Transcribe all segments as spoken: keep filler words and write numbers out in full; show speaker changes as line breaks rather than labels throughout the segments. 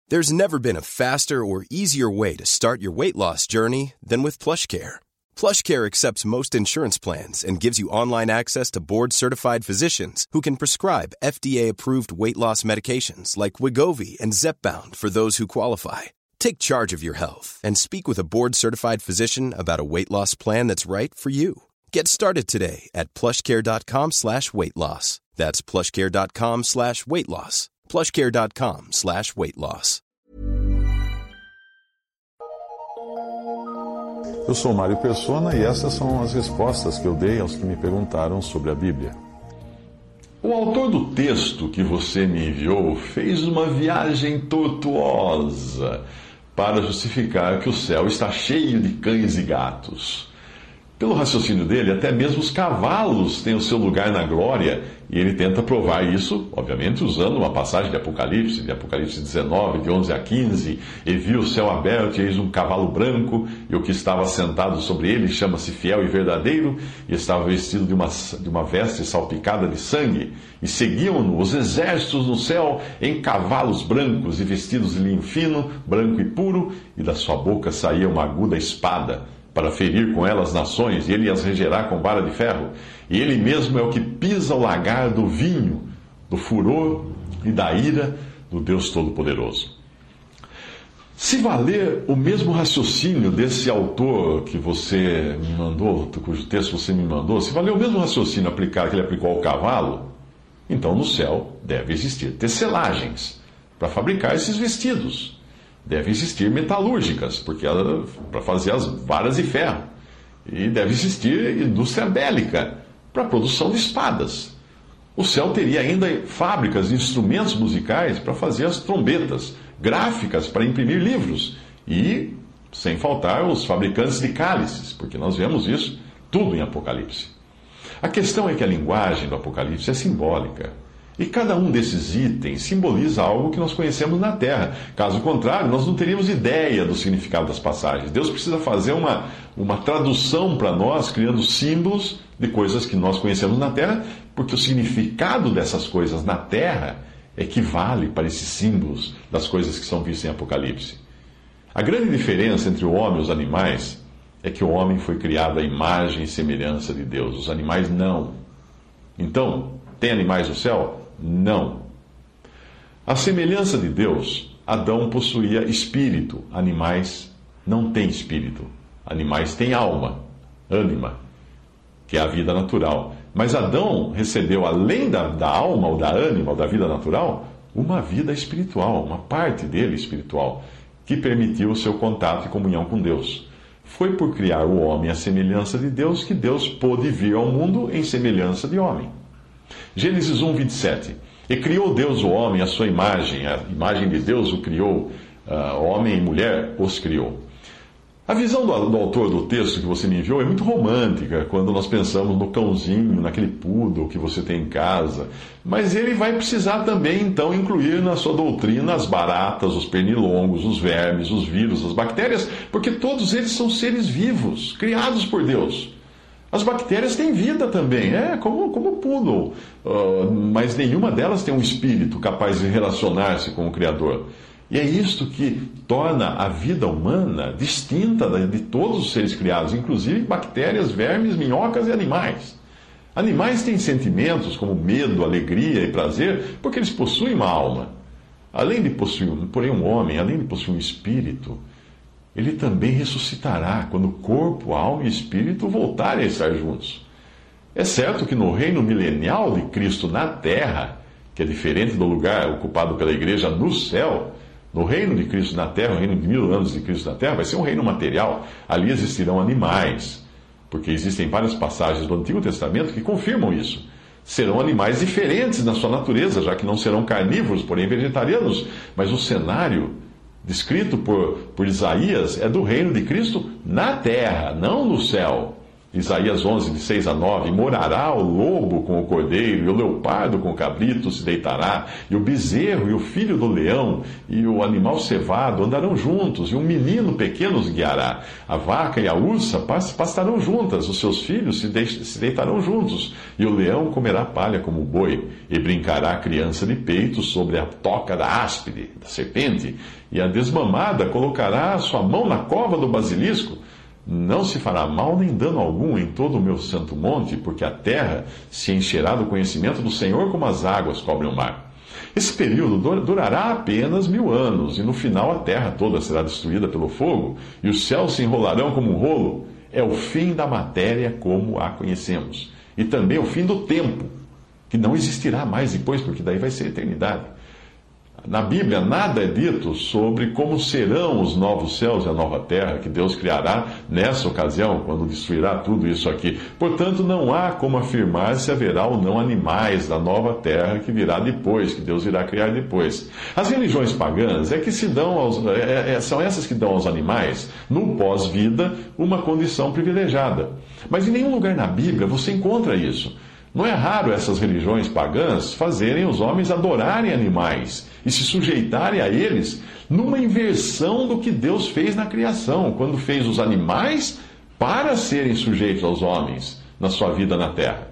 There's never been a faster or easier way to start your weight loss journey than with PlushCare. PlushCare accepts most insurance plans and gives you online access to board-certified physicians who can prescribe F D A-approved weight loss medications like Wegovy and Zepbound for those who qualify. Take charge of your health and speak with a board-certified physician about a weight loss plan that's right for you. Get started today at plushcare.com slash weight loss. That's plushcare.com slash weight loss. plushcare.com slash weight loss.
Eu sou Mário Persona e essas são as respostas que eu dei aos que me perguntaram sobre a Bíblia.
O autor do texto que você me enviou fez uma viagem tortuosa para justificar que o céu está cheio de cães e gatos. Pelo raciocínio dele, até mesmo os cavalos têm o seu lugar na glória, e ele tenta provar isso, obviamente, usando uma passagem de Apocalipse, de Apocalipse dezenove, de onze a quinze, e viu o céu aberto, e eis um cavalo branco, e o que estava sentado sobre ele chama-se Fiel e Verdadeiro, e estava vestido de uma, de uma veste salpicada de sangue, e seguiam-no os exércitos no céu em cavalos brancos e vestidos de linho fino, branco e puro, e da sua boca saía uma aguda espada, para ferir com ela as nações, e ele as regerá com vara de ferro. E ele mesmo é o que pisa o lagar do vinho, do furor e da ira do Deus Todo-Poderoso. Se valer o mesmo raciocínio desse autor que você me mandou, cujo texto você me mandou, se valer o mesmo raciocínio aplicado que ele aplicou ao cavalo, então no céu deve existir tecelagens para fabricar esses vestidos. Deve existir metalúrgicas, porque ela, para fazer as varas de ferro. E deve existir indústria bélica, para a produção de espadas. O céu teria ainda fábricas de instrumentos musicais para fazer as trombetas, gráficas para imprimir livros, e, sem faltar, os fabricantes de cálices, porque nós vemos isso tudo em Apocalipse. A questão é que a linguagem do Apocalipse é simbólica. E cada um desses itens simboliza algo que nós conhecemos na Terra. Caso contrário, nós não teríamos ideia do significado das passagens. Deus precisa fazer uma, uma tradução para nós, criando símbolos de coisas que nós conhecemos na Terra, porque o significado dessas coisas na Terra equivale para esses símbolos das coisas que são vistas em Apocalipse. A grande diferença entre o homem e os animais é que o homem foi criado à imagem e semelhança de Deus. Os animais não. Então, tem animais no céu? Não. A semelhança de Deus, Adão possuía espírito, animais não têm espírito. Animais têm alma, ânima, que é a vida natural. Mas Adão recebeu, além da, da alma ou da ânima ou da vida natural, uma vida espiritual, uma parte dele espiritual, que permitiu o seu contato e comunhão com Deus. Foi por criar o homem à semelhança de Deus que Deus pôde vir ao mundo em semelhança de homem. Gênesis um, vinte e sete. E criou Deus o homem à sua imagem, a imagem de Deus o criou, uh, homem e mulher os criou. A visão do, do autor do texto que você me enviou é muito romântica, quando nós pensamos no cãozinho, naquele poodle que você tem em casa. Mas ele vai precisar também, então, incluir na sua doutrina as baratas, os pernilongos, os vermes, os vírus, as bactérias, porque todos eles são seres vivos, criados por Deus. As bactérias têm vida também, é como, como o poodle, uh, mas nenhuma delas tem um espírito capaz de relacionar-se com o Criador. E é isto que torna a vida humana distinta de todos os seres criados, inclusive bactérias, vermes, minhocas e animais. Animais têm sentimentos como medo, alegria e prazer, porque eles possuem uma alma. Além de possuir, porém, um homem, além de possuir um espírito, ele também ressuscitará quando o corpo, a alma e o espírito voltarem a estar juntos. É certo que no reino milenial de Cristo na terra, que é diferente do lugar ocupado pela igreja no céu, no reino de Cristo na terra, o reino de mil anos de Cristo na terra, vai ser um reino material. Ali existirão animais, porque existem várias passagens do Antigo Testamento que confirmam isso. Serão animais diferentes na sua natureza, já que não serão carnívoros, porém vegetarianos, mas o cenário descrito por, por Isaías é do reino de Cristo na terra, não no céu. Isaías onze, de seis a nove, morará o lobo com o cordeiro, e o leopardo com o cabrito se deitará, e o bezerro e o filho do leão, e o animal cevado andarão juntos, e um menino pequeno os guiará. A vaca e a ursa pastarão juntas, os seus filhos se, de se deitarão juntos, e o leão comerá palha como o boi, e brincará a criança de peito sobre a toca da áspide, da serpente, e a desmamada colocará a sua mão na cova do basilisco. Não se fará mal nem dano algum em todo o meu santo monte, porque a terra se encherá do conhecimento do Senhor como as águas cobrem o mar. Esse período durará apenas mil anos, e no final a terra toda será destruída pelo fogo, e os céus se enrolarão como um rolo. É o fim da matéria como a conhecemos, e também o fim do tempo, que não existirá mais depois, porque daí vai ser a eternidade. Na Bíblia, nada é dito sobre como serão os novos céus e a nova terra que Deus criará nessa ocasião, quando destruirá tudo isso aqui. Portanto, não há como afirmar se haverá ou não animais da nova terra que virá depois, que Deus irá criar depois. As religiões pagãs é que se dão aos, é, é, são essas que dão aos animais, no pós-vida, uma condição privilegiada. Mas em nenhum lugar na Bíblia você encontra isso. Não é raro essas religiões pagãs fazerem os homens adorarem animais e se sujeitarem a eles numa inversão do que Deus fez na criação, quando fez os animais para serem sujeitos aos homens na sua vida na terra.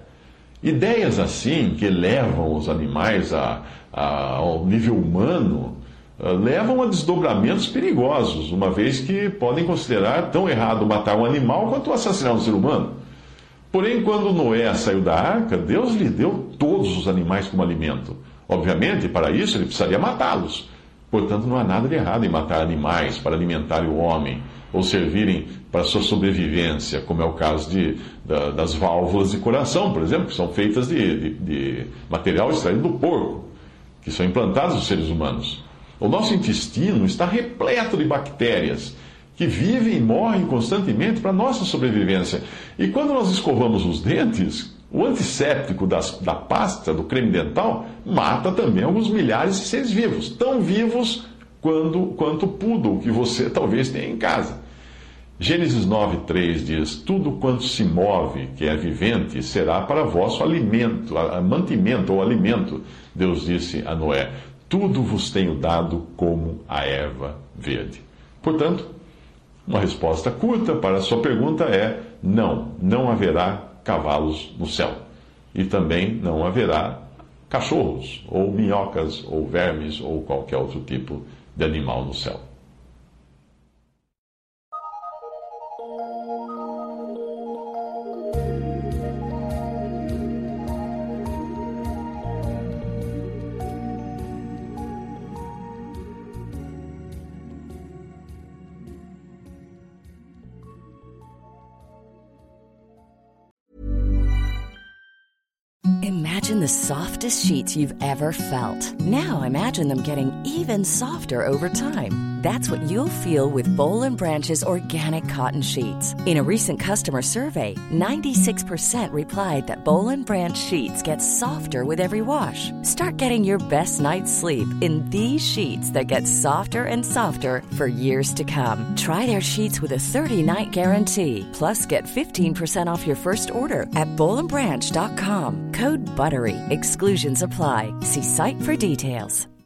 Ideias assim, que levam os animais a, a, ao nível humano, levam a desdobramentos perigosos, uma vez que podem considerar tão errado matar um animal quanto assassinar um ser humano. Porém, quando Noé saiu da arca, Deus lhe deu todos os animais como alimento. Obviamente, para isso, ele precisaria matá-los. Portanto, não há nada de errado em matar animais para alimentar o homem, ou servirem para sua sobrevivência, como é o caso de, da, das válvulas de coração, por exemplo, que são feitas de, de, de material extraído do porco, que são implantados nos seres humanos. O nosso intestino está repleto de bactérias, que vivem e morrem constantemente para a nossa sobrevivência. E quando nós escovamos os dentes, o antisséptico das, da pasta, do creme dental, mata também alguns milhares de seres vivos, tão vivos quando, quanto o poodle que você talvez tenha em casa. Gênesis nove, três diz: tudo quanto se move, que é vivente, será para vosso alimento, mantimento ou alimento. Deus disse a Noé: tudo vos tenho dado como a erva verde. Portanto, uma resposta curta para a sua pergunta é: não, não haverá cavalos no céu. E também não haverá cachorros, ou minhocas, ou vermes, ou qualquer outro tipo de animal no céu.
Imagine the softest sheets you've ever felt. Now imagine them getting even softer over time. That's what you'll feel with Boll and Branch's organic cotton sheets. In a recent customer survey, ninety-six percent replied that Boll and Branch sheets get softer with every wash. Start getting your best night's sleep in these sheets that get softer and softer for years to come. Try their sheets with a thirty-night guarantee. Plus, get fifteen percent off your first order at boll and branch dot com. Code BUTTERY. Exclusions apply. See site for details.